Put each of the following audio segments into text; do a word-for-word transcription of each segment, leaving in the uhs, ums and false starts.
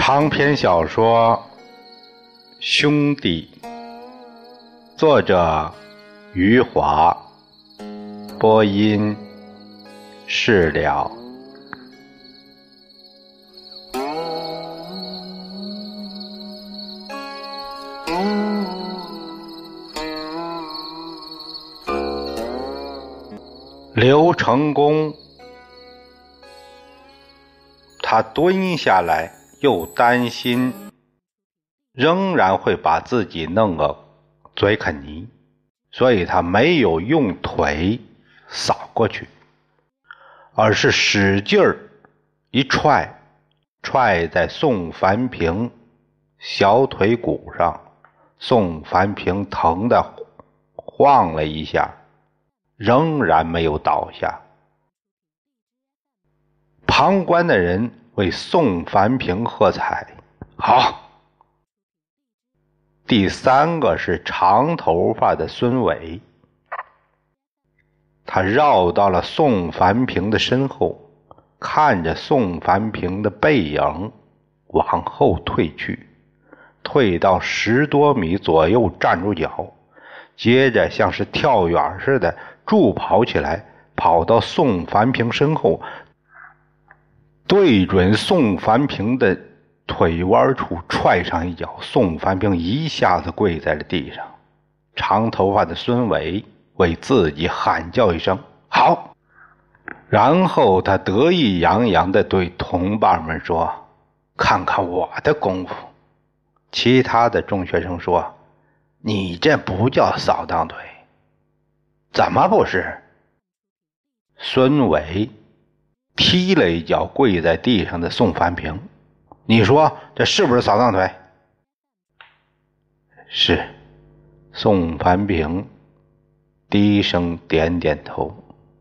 长篇小说《兄弟》，作者余华，播音释了。刘成功，他蹲下来，又担心仍然会把自己弄个嘴啃泥，所以他没有用腿扫过去，而是使劲儿一踹，踹在宋凡平小腿骨上。宋凡平疼得晃了一下，仍然没有倒下。旁观的人为宋凡平喝彩。好。第三个是长头发的孙伟，他绕到了宋凡平的身后，看着宋凡平的背影往后退去，退到十多米左右站住脚，接着像是跳远似的助跑起来，跑到宋凡平身后，对准宋凡平的腿弯处踹上一脚，宋凡平一下子跪在了地上。长头发的孙伟为自己喊叫一声好，然后他得意洋洋地对同伴们说，看看我的功夫。其他的中学生说，你这不叫扫荡腿。怎么不是？孙伟踢了一脚跪在地上的宋凡平，你说这是不是扫荡腿？是。宋凡平低声点点头。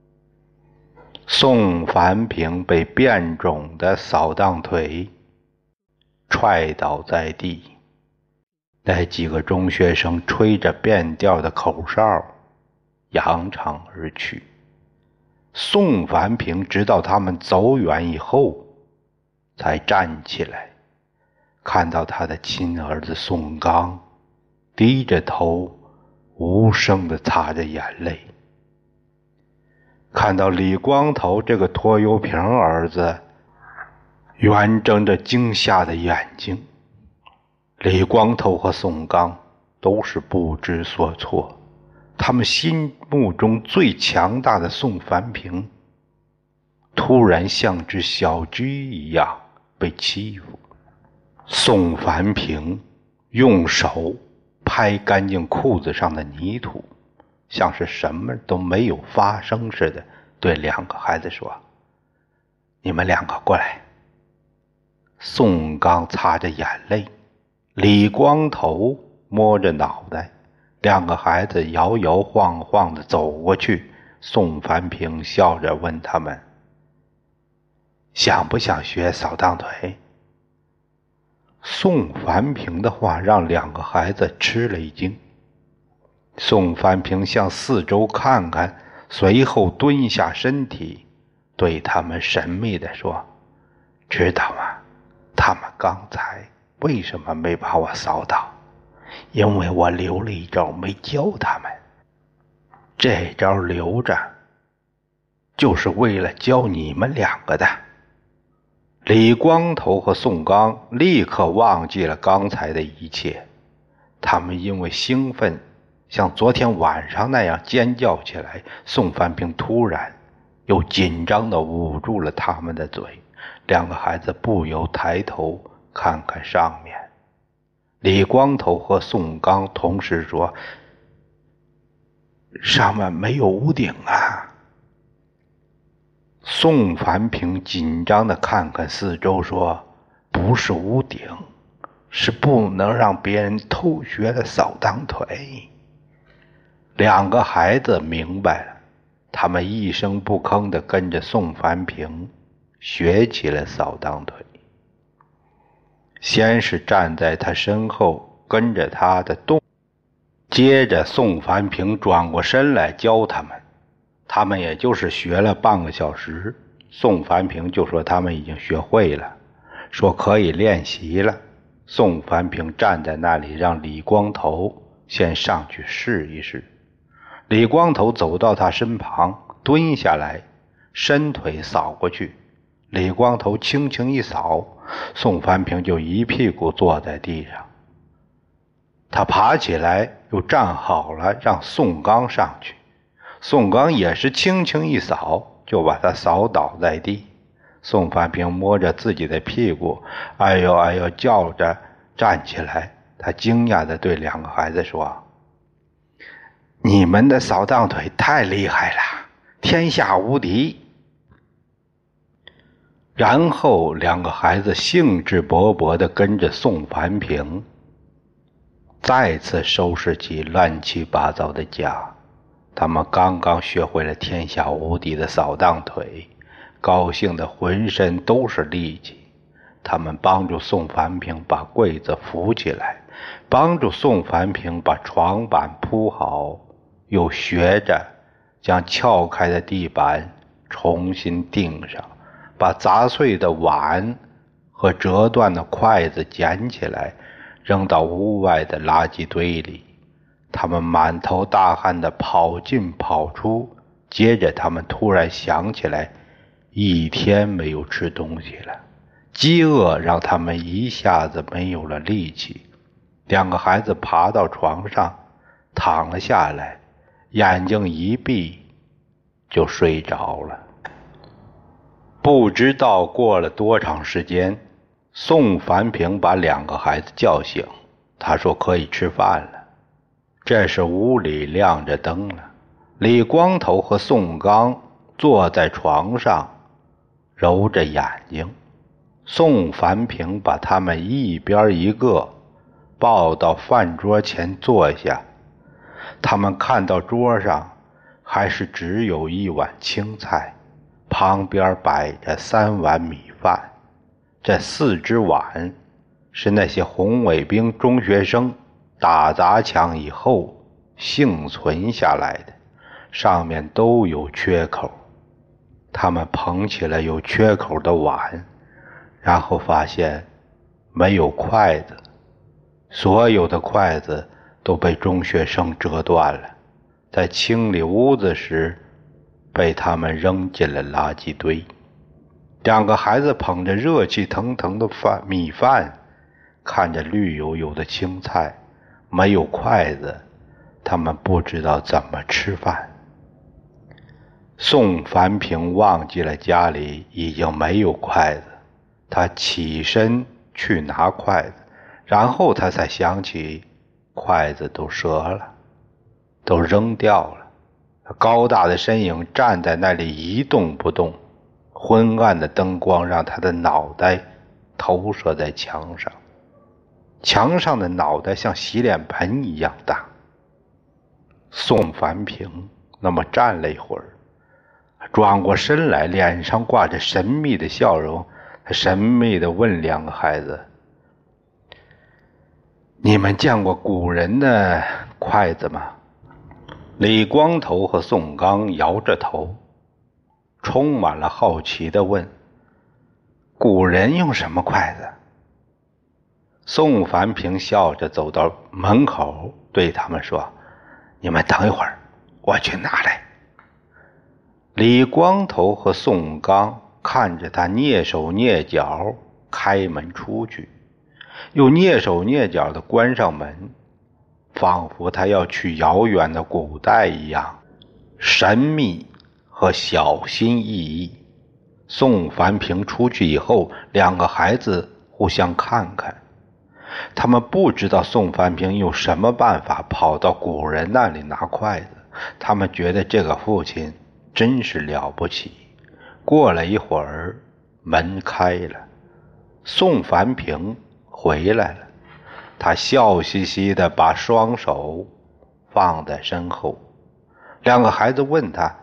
宋凡平被变种的扫荡腿踹倒在地，那几个中学生吹着变调的口哨扬长而去。宋凡平直到他们走远以后才站起来，看到他的亲儿子宋刚低着头无声地擦着眼泪，看到李光头这个拖油瓶儿子圆睁着惊吓的眼睛。李光头和宋刚都是不知所措，他们心目中最强大的宋凡平突然像只小鸡一样被欺负。宋凡平用手拍干净裤子上的泥土，像是什么都没有发生似的，对两个孩子说，你们两个过来。宋刚擦着眼泪，李光头摸着脑袋，两个孩子摇摇晃晃地走过去。宋凡平笑着问他们，想不想学扫荡腿？宋凡平的话让两个孩子吃了一惊。宋凡平向四周看看，随后蹲下身体，对他们神秘地说，知道吗？他们刚才为什么没把我扫倒？因为我留了一招没教他们。这招留着就是为了教你们两个的。李光头和宋刚立刻忘记了刚才的一切，他们因为兴奋像昨天晚上那样尖叫起来。宋凡平突然又紧张地捂住了他们的嘴，两个孩子不由抬头看看上面。李光头和宋刚同时说，上面没有屋顶啊。宋凡平紧张地看看四周说，不是屋顶，是不能让别人偷学了扫荡腿。两个孩子明白了，他们一声不吭地跟着宋凡平学起了扫荡腿。先是站在他身后跟着他的动，接着宋凡平转过身来教他们。他们也就是学了半个小时，宋凡平就说他们已经学会了， 说可以练习了。宋凡平站在那里，让李光头先上去试一试。李光头走到他身旁，蹲下来，伸腿扫过去。李光头轻轻一扫，宋凡平就一屁股坐在地上。他爬起来又站好了，让宋刚上去。宋刚也是轻轻一扫，就把他扫倒在地。宋凡平摸着自己的屁股，哎呦哎呦叫着站起来。他惊讶地对两个孩子说：你们的扫荡腿太厉害了，天下无敌。然后两个孩子兴致勃勃地跟着宋凡平再次收拾起乱七八糟的家。他们刚刚学会了天下无敌的扫荡腿，高兴得浑身都是力气。他们帮助宋凡平把柜子扶起来，帮助宋凡平把床板铺好，又学着将撬开的地板重新钉上，把砸碎的碗和折断的筷子捡起来，扔到屋外的垃圾堆里。他们满头大汗地跑进跑出，接着他们突然想起来，一天没有吃东西了，饥饿让他们一下子没有了力气。两个孩子爬到床上，躺了下来，眼睛一闭就睡着了。不知道过了多长时间，宋凡平把两个孩子叫醒，他说可以吃饭了。这时屋里亮着灯了，李光头和宋刚坐在床上揉着眼睛。宋凡平把他们一边一个抱到饭桌前坐下，他们看到桌上还是只有一碗青菜，旁边摆着三碗米饭。这四只碗是那些红卫兵中学生打砸抢以后幸存下来的，上面都有缺口。他们捧起了有缺口的碗，然后发现没有筷子，所有的筷子都被中学生折断了，在清理屋子时被他们扔进了垃圾堆。两个孩子捧着热气腾腾的饭米饭，看着绿油油的青菜，没有筷子，他们不知道怎么吃饭。宋凡平忘记了家里已经没有筷子，他起身去拿筷子，然后他才想起筷子都折了，都扔掉了。高大的身影站在那里一动不动，昏暗的灯光让他的脑袋投射在墙上，墙上的脑袋像洗脸盆一样大。宋凡平那么站了一会儿，转过身来，脸上挂着神秘的笑容，他神秘地问两个孩子：你们见过古人的筷子吗？李光头和宋刚摇着头，充满了好奇地问：古人用什么筷子？宋凡平笑着走到门口，对他们说：你们等一会儿，我去拿来。李光头和宋刚看着他蹑手蹑脚开门出去，又蹑手蹑脚地关上门，仿佛他要去遥远的古代一样，神秘和小心翼翼。宋凡平出去以后，两个孩子互相看看，他们不知道宋凡平用什么办法跑到古人那里拿筷子，他们觉得这个父亲真是了不起。过了一会儿，门开了，宋凡平回来了，他笑嘻嘻地把双手放在身后。两个孩子问他：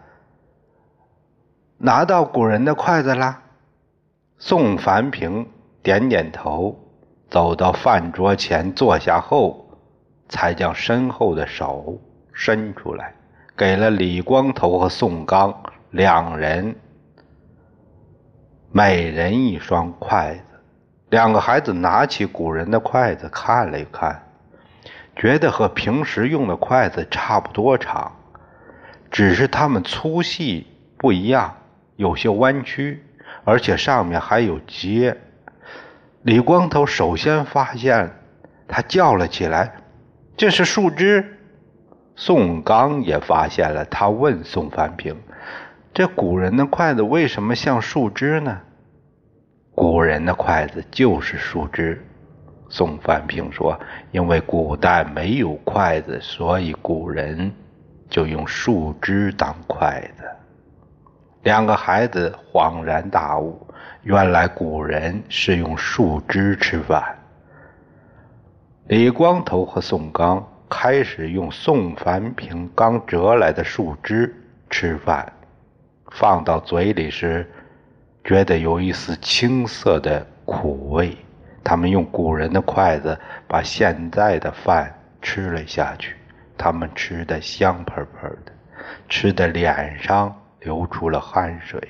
拿到古人的筷子啦？宋凡平点点头，走到饭桌前坐下后，才将身后的手伸出来，给了李光头和宋刚两人每人一双筷子。 两个孩子拿起古人的筷子看了一看，觉得和平时用的筷子差不多长，只是它们粗细不一样，有些弯曲，而且上面还有结。李光头首先发现，他叫了起来：“这是树枝！”宋刚也发现了，他问宋凡平：“这古人的筷子为什么像树枝呢？”“古人的筷子就是树枝。”宋凡平说，“因为古代没有筷子，所以古人就用树枝当筷子。”两个孩子恍然大悟，原来古人是用树枝吃饭。李光头和宋刚开始用宋凡平刚折来的树枝吃饭，放到嘴里时觉得有一丝青涩的苦味。他们用古人的筷子把现在的饭吃了下去，他们吃得香喷喷的，吃得脸上流出了汗水。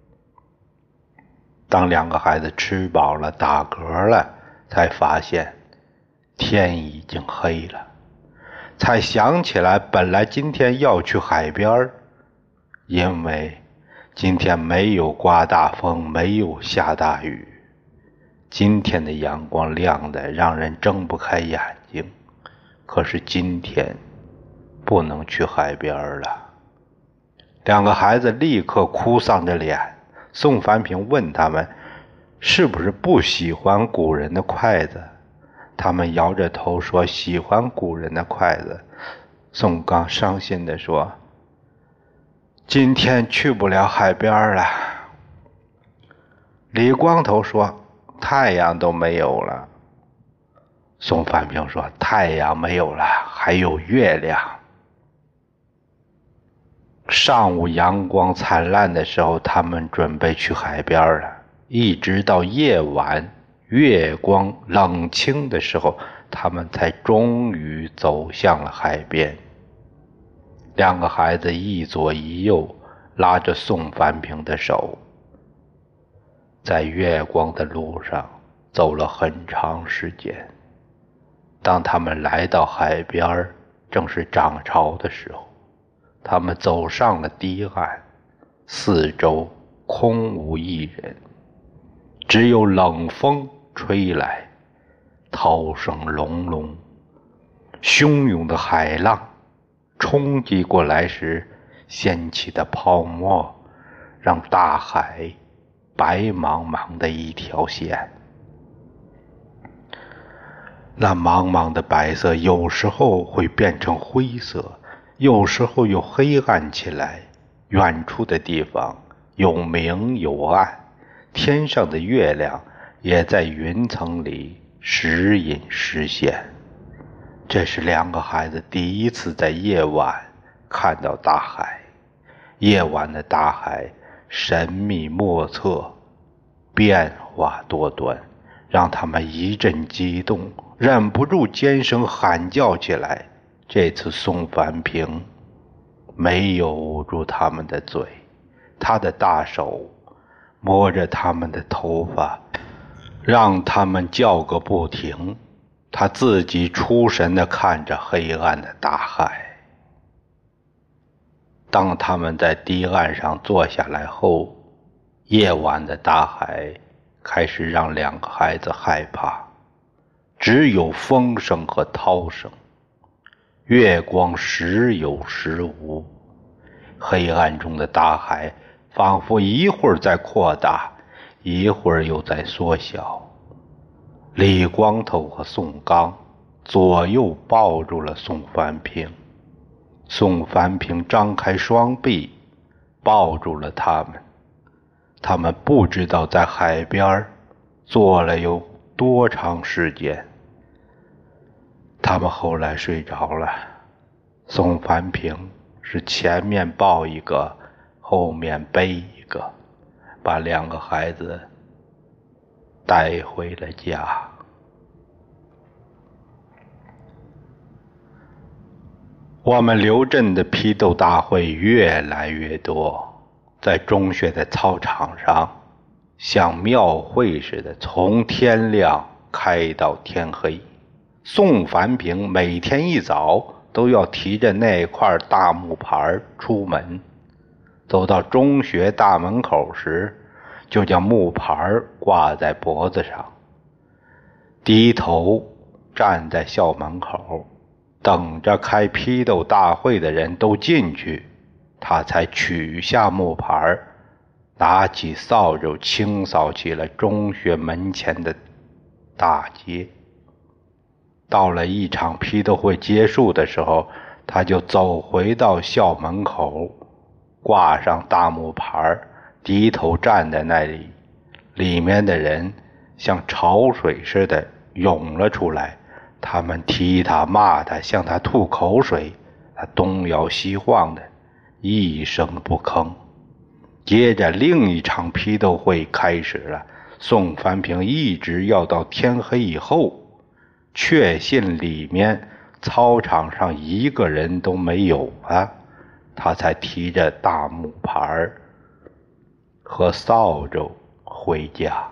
当两个孩子吃饱了打嗝了，才发现天已经黑了，才想起来本来今天要去海边，因为今天没有刮大风，没有下大雨。今天的阳光亮得让人睁不开眼睛，可是今天不能去海边了。两个孩子立刻哭丧着脸。宋凡平问他们是不是不喜欢古人的筷子，他们摇着头说喜欢古人的筷子。宋刚伤心地说，今天去不了海边了。李光头说，太阳都没有了。宋凡平说，太阳没有了，还有月亮。上午阳光灿烂的时候，他们准备去海边了，一直到夜晚月光冷清的时候，他们才终于走向了海边。两个孩子一左一右拉着宋凡平的手，在月光的路上走了很长时间。当他们来到海边，正是涨潮的时候，他们走上了堤岸，四周空无一人，只有冷风吹来，涛声隆隆，汹涌的海浪冲击过来时掀起的泡沫，让大海白茫茫的一条线。那茫茫的白色有时候会变成灰色，有时候又黑暗起来，远处的地方有明有暗，天上的月亮也在云层里时隐时现。这是两个孩子第一次在夜晚看到大海。夜晚的大海神秘莫测，变化多端，让他们一阵激动，忍不住尖声喊叫起来。这次宋凡平没有捂住他们的嘴，他的大手摸着他们的头发，让他们叫个不停。他自己出神地看着黑暗的大海。当他们在堤岸上坐下来后，夜晚的大海开始让两个孩子害怕，只有风声和涛声，月光时有时无。黑暗中的大海仿佛一会儿在扩大，一会儿又在缩小。李光头和宋刚左右抱住了宋凡平，宋凡平张开双臂抱住了他们。他们不知道在海边坐了有多长时间。他们后来睡着了，宋凡平是前面抱一个，后面背一个，把两个孩子带回了家。我们刘镇的批斗大会越来越多，在中学的操场上， 像庙会似的，从天亮开到天黑。宋凡平每天一早都要提着那块大木牌出门，走到中学大门口时，就将木牌挂在脖子上，低头站在校门口，等着开批斗大会的人都进去，他才取下木牌，拿起扫帚清扫起了中学门前的大街。到了一场批斗会结束的时候，他就走回到校门口，挂上大木牌，低头站在那里。里面的人像潮水似的涌了出来，他们踢他骂他，向他吐口水，他东摇西晃的一声不吭。接着另一场批斗会开始了，宋凡平一直要到天黑以后，确信里面操场上一个人都没有啊，他才提着大木牌和扫帚回家。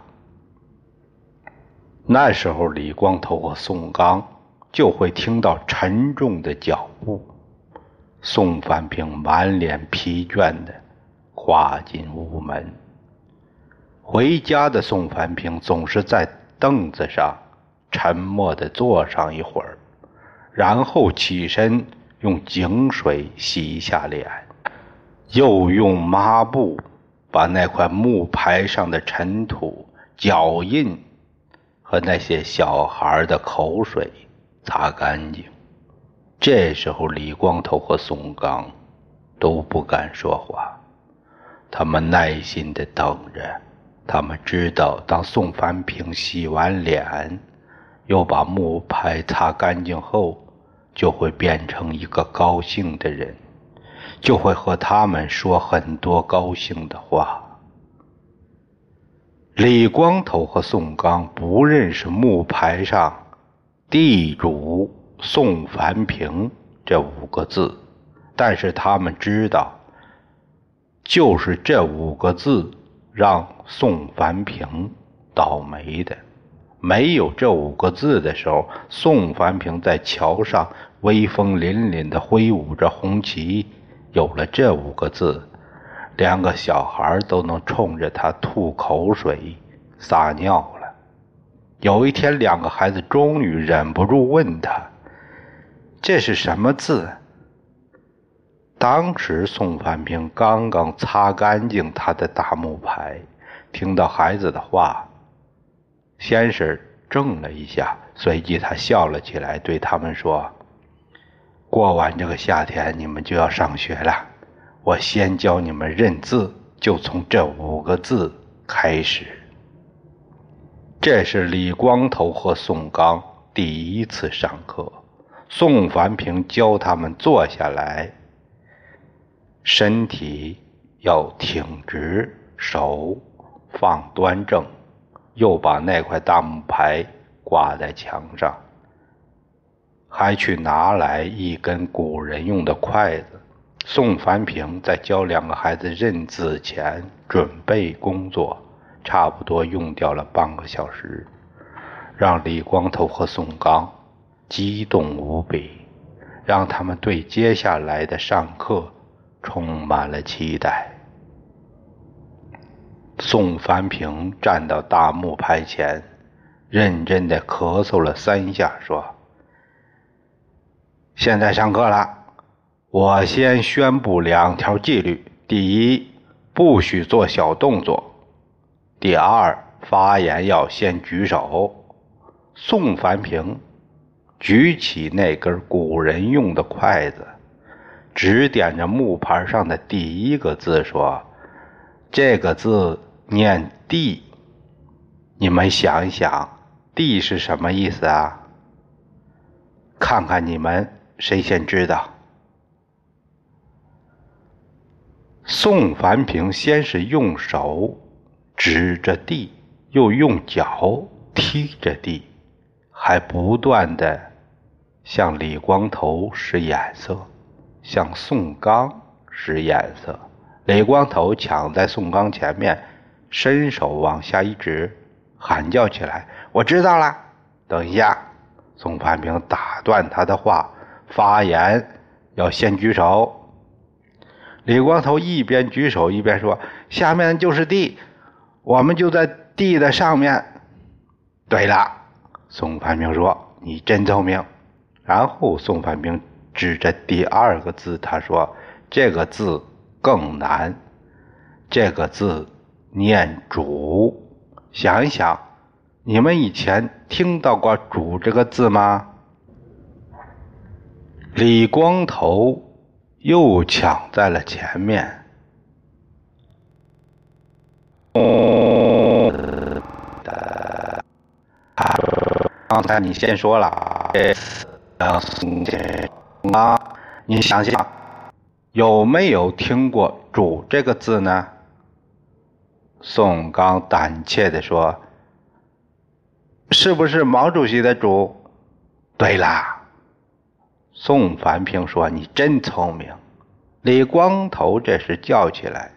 那时候李光头和宋刚就会听到沉重的脚步，宋凡平满脸疲倦地跨进屋门。回家的宋凡平总是在凳子上沉默地坐上一会儿，然后起身用井水洗一下脸，又用抹布把那块木牌上的尘土、脚印和那些小孩的口水擦干净。这时候李光头和宋刚都不敢说话，他们耐心地等着。他们知道，当宋凡平洗完脸又把木牌擦干净后，就会变成一个高兴的人，就会和他们说很多高兴的话。李光头和宋刚不认识木牌上地主宋凡平这五个字，但是他们知道，就是这五个字让宋凡平倒霉的。没有这五个字的时候，宋凡平在桥上威风凛凛地挥舞着红旗，有了这五个字，两个小孩都能冲着他吐口水撒尿了。有一天，两个孩子终于忍不住问他，这是什么字？当时宋凡平刚刚擦干净他的大木牌，听到孩子的话，先是怔了一下，随即他笑了起来，对他们说，过完这个夏天你们就要上学了，我先教你们认字，就从这五个字开始。这是李光头和宋刚第一次上课，宋凡平教他们坐下来，身体要挺直，手放端正，又把那块大木牌挂在墙上，还去拿来一根古人用的筷子。宋凡平在教两个孩子认字前准备工作，差不多用掉了半个小时，让李光头和宋刚激动无比，让他们对接下来的上课充满了期待。宋凡平站到大木牌前，认真地咳嗽了三下，说，现在上课了，我先宣布两条纪律。第一，不许做小动作。第二，发言要先举手。宋凡平举起那根古人用的筷子，指点着木牌上的第一个字说，这个字念地，你们想一想，地是什么意思啊？看看你们谁先知道。宋凡平先是用手指着地，又用脚踢着地，还不断地向李光头使眼色，向宋刚使眼色。李光头抢在宋刚前面， 伸手往下一指，喊叫起来：“我知道了！”等一下，宋凡平打断他的话，发言要先举手。李光头一边举手一边说：“下面就是地，我们就在地的上面。”对了，宋凡平说：“你真聪明。”然后宋凡平指着第二个字，他说：“这个字更难，这个字念主。想一想，你们以前听到过主这个字吗？”李光头又抢在了前面。刚才你先说了，啊，你想想，有没有听过“主”这个字呢？宋刚胆怯地说：“是不是毛主席的主？”对啦。宋凡平说：“你真聪明。”李光头这时叫起来：“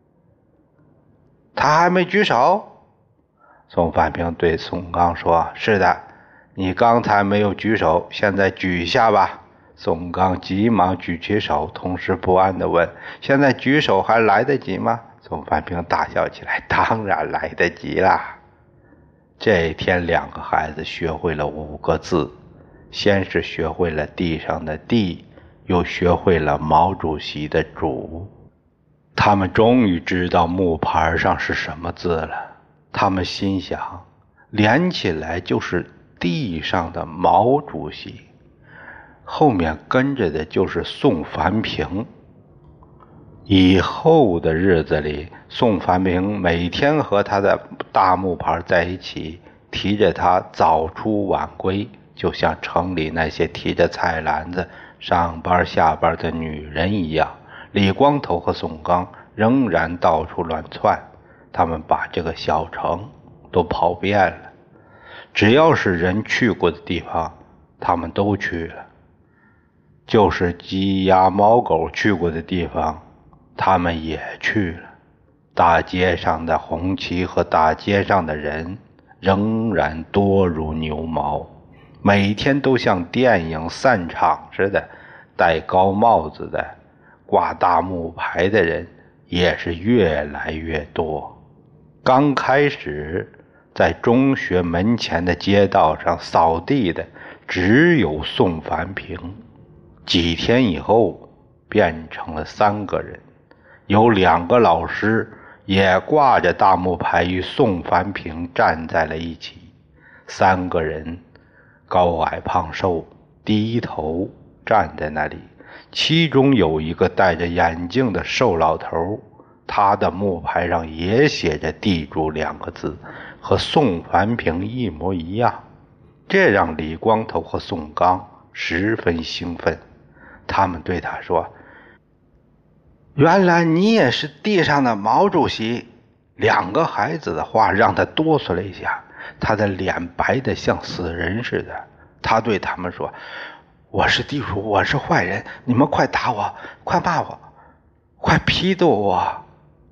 他还没举手？”宋凡平对宋刚说：“是的，你刚才没有举手，现在举一下吧。”宋刚急忙举起手，同时不安地问：“现在举手还来得及吗？”宋凡平大笑起来：“当然来得及啦！”这一天，两个孩子学会了五个字，先是学会了地上的地，又学会了毛主席的主。他们终于知道木牌上是什么字了。他们心想，连起来就是地上的毛主席，后面跟着的就是宋凡平。以后的日子里，宋凡平每天和他的大木牌在一起，提着他早出晚归，就像城里那些提着菜篮子上班下班的女人一样。李光头和宋刚仍然到处乱窜，他们把这个小城都跑遍了，只要是人去过的地方，他们都去了；就是鸡鸭猫狗去过的地方，他们也去了。大街上的红旗和大街上的人仍然多如牛毛，每天都像电影散场似的，戴高帽子的、挂大木牌的人也是越来越多。刚开始，在中学门前的街道上扫地的只有宋凡平，几天以后变成了三个人，有两个老师也挂着大木牌与宋凡平站在了一起。三个人高矮胖瘦，低头站在那里，其中有一个戴着眼镜的瘦老头，他的木牌上也写着地主两个字，和宋凡平一模一样。这让李光头和宋刚十分兴奋，他们对他说：“原来你也是地上的毛主席。”两个孩子的话让他哆嗦了一下，他的脸白得像死人似的。他对他们说：“我是地主，我是坏人，你们快打我，快骂我，快批斗我。”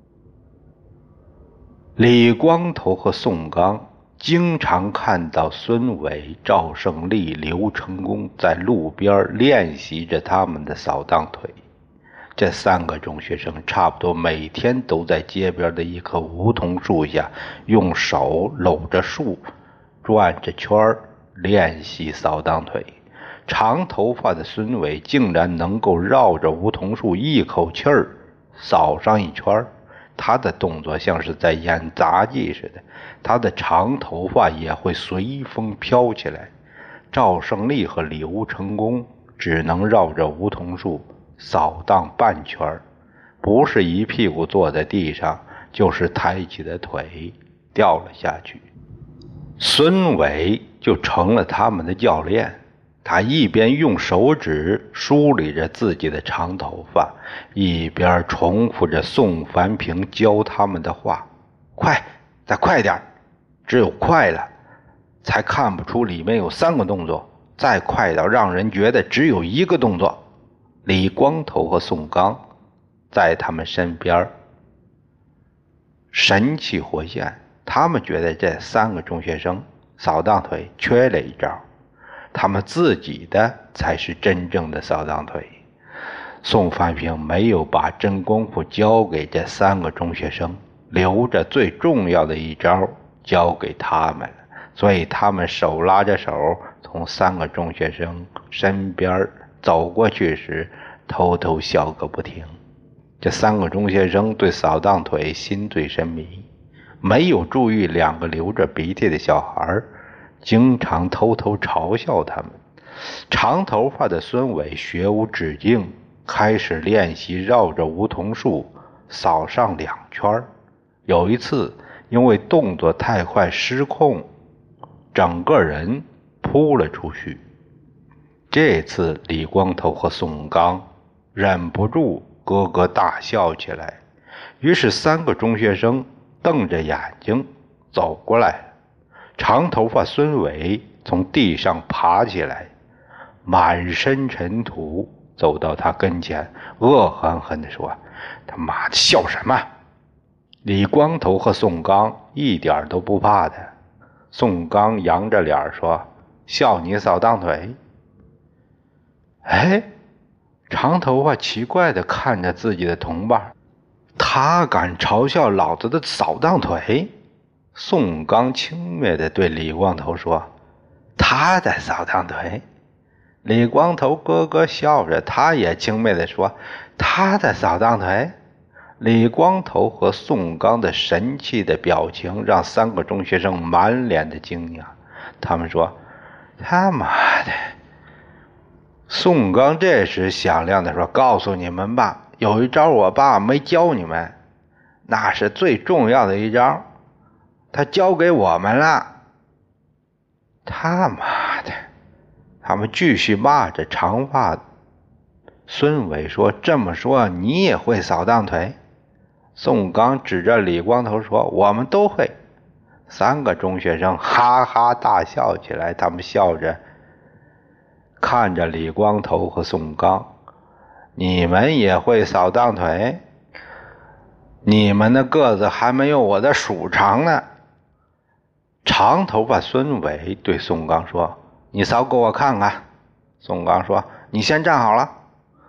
李光头和宋刚经常看到孙伟、赵胜利、刘成功在路边练习着他们的扫荡腿。这三个中学生差不多每天都在街边的一棵梧桐树下，用手搂着树，转着圈练习扫荡腿。长头发的孙伟竟然能够绕着梧桐树一口气儿扫上一圈，他的动作像是在演杂技似的，他的长头发也会随风飘起来。赵胜利和刘成功只能绕着梧桐树扫荡半圈，不是一屁股坐在地上，就是抬起的腿掉了下去。孙伟就成了他们的教练，他一边用手指梳理着自己的长头发，一边重复着宋凡平教他们的话：“快，再快点，只有快了才看不出里面有三个动作，再快到让人觉得只有一个动作。”李光头和宋刚在他们身边神气活现。他们觉得这三个中学生扫荡腿缺了一招，他们自己的才是真正的扫荡腿。宋凡平没有把真功夫交给这三个中学生，留着最重要的一招交给他们了，所以他们手拉着手从三个中学生身边走过去时，偷偷笑个不停。这三个中学生对扫荡腿心醉神迷，没有注意两个流着鼻涕的小孩，经常偷偷嘲笑他们。长头发的孙伟学无止境，开始练习绕着梧桐树扫上两圈。有一次因为动作太快失控，整个人扑了出去。这次李光头和宋刚忍不住咯咯大笑起来，于是三个中学生瞪着眼睛走过来。长头发孙伟从地上爬起来，满身尘土走到他跟前，恶狠狠地说：他妈的笑什么？李光头和宋刚一点都不怕的。宋刚扬着脸说：笑你扫荡腿。哎，长头发奇怪地看着自己的同伴，他敢嘲笑老子的扫荡腿？宋刚轻蔑地对李光头说：他在扫荡腿。李光头咯咯笑着，他也轻蔑地说：他在扫荡腿。李光头和宋刚的神气的表情让三个中学生满脸的惊讶，他们说：他妈的！宋刚这时响亮地说：告诉你们吧，有一招我爸没教你们，那是最重要的一招，他教给我们了。他妈的！他们继续骂着长发。孙伟说：这么说你也会扫荡腿？宋刚指着李光头说：我们都会。三个中学生哈哈大笑起来，他们笑着看着李光头和宋刚：你们也会扫荡腿？你们的个子还没有我的鼠长呢。长头发孙伟对宋刚说：你扫给我看看。宋刚说：你先站好了。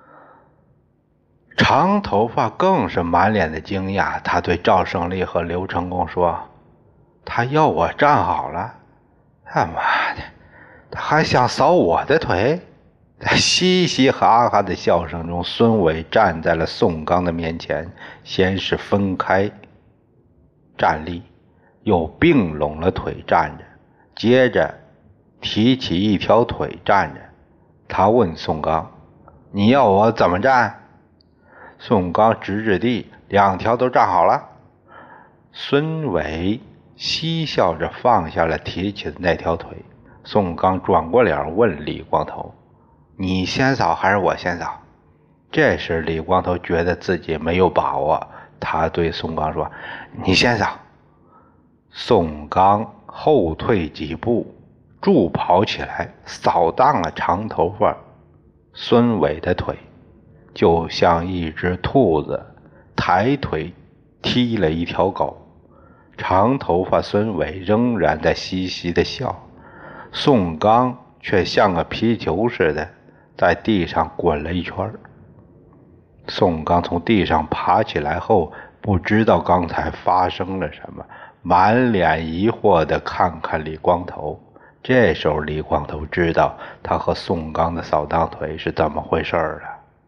长头发更是满脸的惊讶，他对赵胜利和刘成功说：他要我站好了？他妈的，他还想扫我的腿？在嘻嘻哈哈的笑声中，孙伟站在了宋刚的面前，先是分开站立，又并拢了腿站着，接着提起一条腿站着。他问宋刚：你要我怎么站？宋刚指指地：两条都站好了。孙伟嬉笑着放下了提起的那条腿。宋刚转过脸问李光头：你先扫还是我先扫？这时李光头觉得自己没有把握，他对宋刚说：你先扫。宋刚后退几步，助跑起来，扫荡了长头发孙伟的腿，就像一只兔子抬腿踢了一条狗。长头发孙伟仍然在嘻嘻的笑，宋刚却像个皮球似的在地上滚了一圈。宋刚从地上爬起来后，不知道刚才发生了什么，满脸疑惑地看看李光头。这时候李光头知道他和宋刚的扫荡腿是怎么回事了。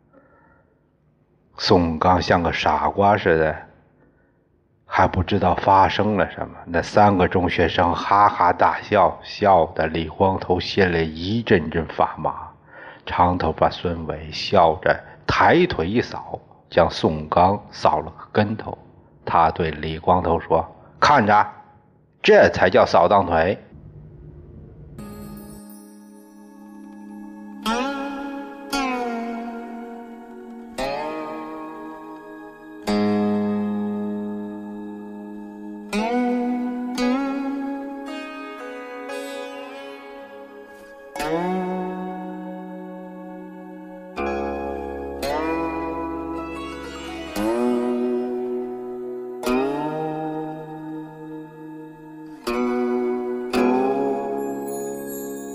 宋刚像个傻瓜似的，还不知道发生了什么。那三个中学生哈哈大笑，笑得李光头心里一阵阵发麻。长头发孙伟笑着抬腿一扫，将宋刚扫了个跟头。他对李光头说：看着，这才叫扫荡腿。 Mm-hmm.